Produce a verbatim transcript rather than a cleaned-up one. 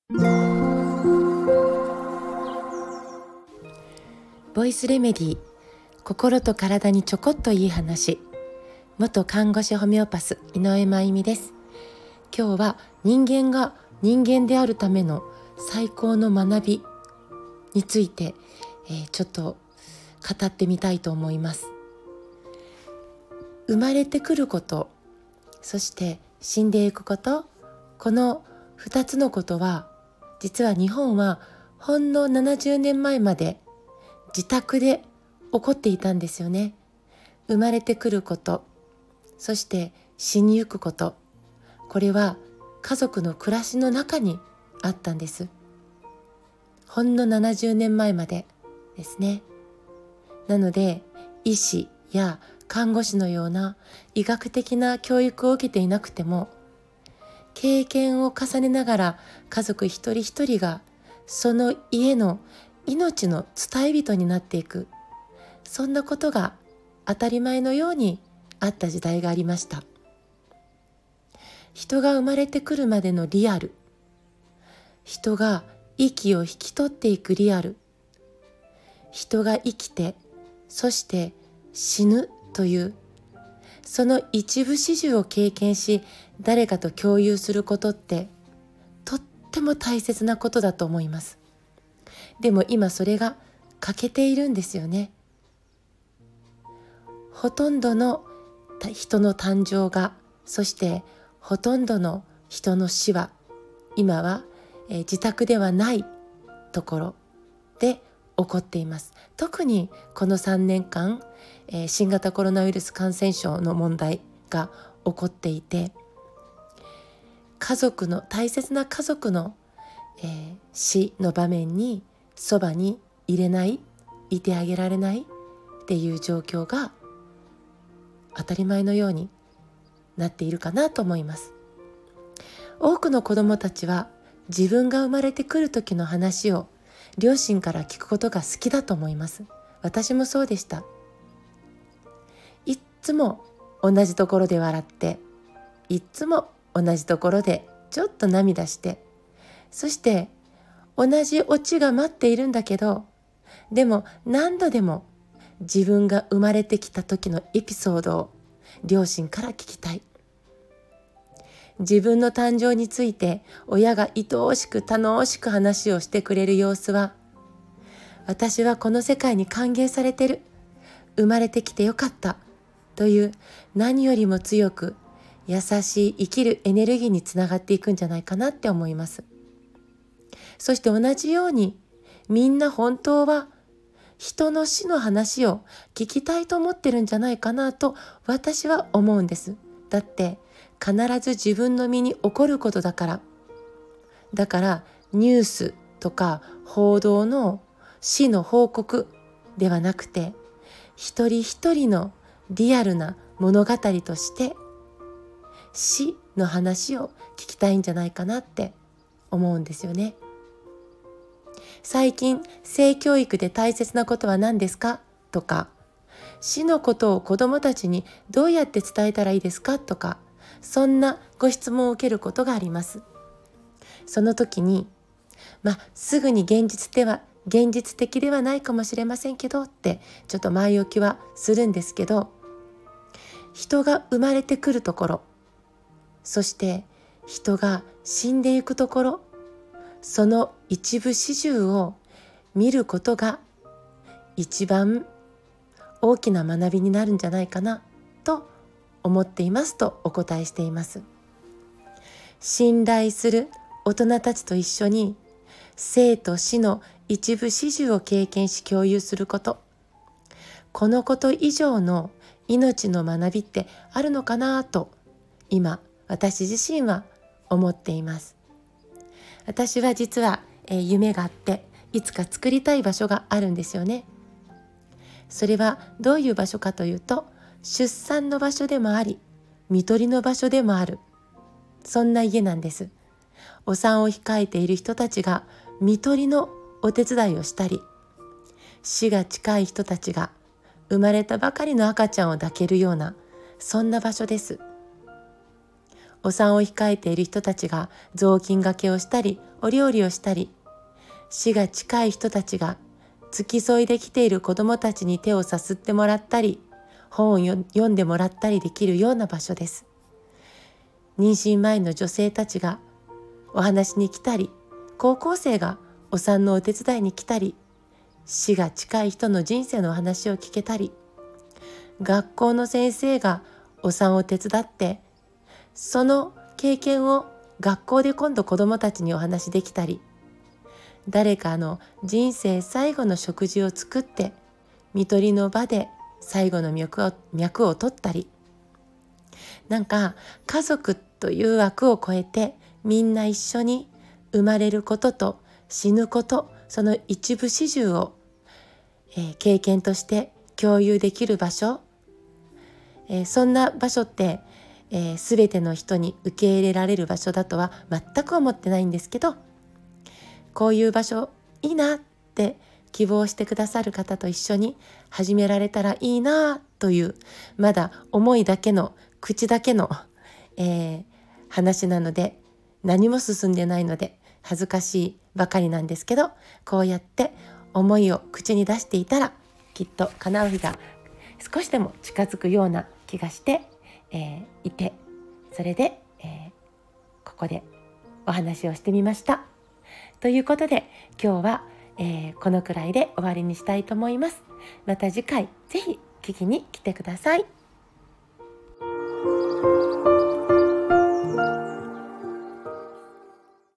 ボイスレメディー、心と体にちょこっといい話。元看護師ホメオパス井上真由美です。今日は人間が人間であるための最高の学びについて、えー、ちょっと語ってみたいと思います。生まれてくること、そして死んでいくこと、このふたつのことは、実は日本はほんのななじゅうねんまえまで自宅で起こっていたんですよね。生まれてくること、そして死にゆくこと、これは家族の暮らしの中にあったんです。ほんのななじゅうねんまえまでですね。なので、医師や看護師のような医学的な教育を受けていなくても、経験を重ねながら家族一人一人がその家の命の伝え人になっていく、そんなことが当たり前のようにあった時代がありました。人が生まれてくるまでのリアル、人が息を引き取っていくリアル、人が生きてそして死ぬというその一部始終を経験し、誰かと共有することってとっても大切なことだと思います。でも今それが欠けているんですよね。ほとんどの人の誕生が、そしてほとんどの人の死は、今は、えー、自宅ではないところで起こっています。特にこのさんねんかん、えー、新型コロナウイルス感染症の問題が起こっていて、家族の大切な家族の、えー、死の場面にそばにいれない、いてあげられないっていう状況が当たり前のようになっているかなと思います。多くの子どもたちは自分が生まれてくる時の話を両親から聞くことが好きだと思います。私もそうでした。いっつも同じところで笑って、いっつも同じところでちょっと涙して、そして同じオチが待っているんだけど、でも何度でも自分が生まれてきた時のエピソードを両親から聞きたい。自分の誕生について親が愛おしく楽しく話をしてくれる様子は、私はこの世界に歓迎されてる、生まれてきてよかったという何よりも強く優しい生きるエネルギーにつながっていくんじゃないかなって思います。そして同じように、みんな本当は人の死の話を聞きたいと思ってるんじゃないかなと私は思うんです。だって必ず自分の身に起こることだから。だからニュースとか報道の死の報告ではなくて、一人一人のリアルな物語として死の話を聞きたいんじゃないかなって思うんですよね。最近性教育で大切なことは何ですかとか、死のことを子どもたちにどうやって伝えたらいいですかとか、そんなご質問を受けることがあります。その時に、まあすぐに現実では現実的ではないかもしれませんけどってちょっと前置きはするんですけど、人が生まれてくるところ、そして人が死んでいくところ、その一部始終を見ることが一番大きな学びになるんじゃないかなと思っていますとお答えしています。信頼する大人たちと一緒に生と死の一部始終を経験し共有すること、このこと以上の命の学びってあるのかなと今私自身は思っています。私は実は、えー、夢があって、いつか作りたい場所があるんですよね。それはどういう場所かというと、出産の場所でもあり、看取りの場所でもある、そんな家なんです。お産を控えている人たちが看取りのお手伝いをしたり、死が近い人たちが生まれたばかりの赤ちゃんを抱けるような、そんな場所です。 お産を控えている人たちが雑巾がけをしたりお料理をしたり、死が近い人たちが付き添いで来ている子どもたちに手をさすってもらったり、本を読んでもらったりできるような場所です。妊娠前の女性たちがお話に来たり、高校生がお産のお手伝いに来たり、死が近い人の人生のお話を聞けたり、学校の先生がお産を手伝って、その経験を学校で今度子どもたちにお話できたり、誰かの人生最後の食事を作って看取りの場で最後の脈を脈を取ったり、なんか家族という枠を超えてみんな一緒に生まれることと死ぬこと、その一部始終を、えー、経験として共有できる場所、えー、そんな場所って、えー、全ての人に受け入れられる場所だとは全く思ってないんですけど、こういう場所いいなって希望してくださる方と一緒に始められたらいいなという、まだ思いだけの口だけの、えー、話なので、何も進んでないので恥ずかしいばかりなんですけど、こうやって思いを口に出していたらきっと叶う日が少しでも近づくような気がして、えー、いて、それで、えー、ここでお話をしてみました。ということで今日は、えー、このくらいで終わりにしたいと思います。また次回ぜひ聞きに来てください。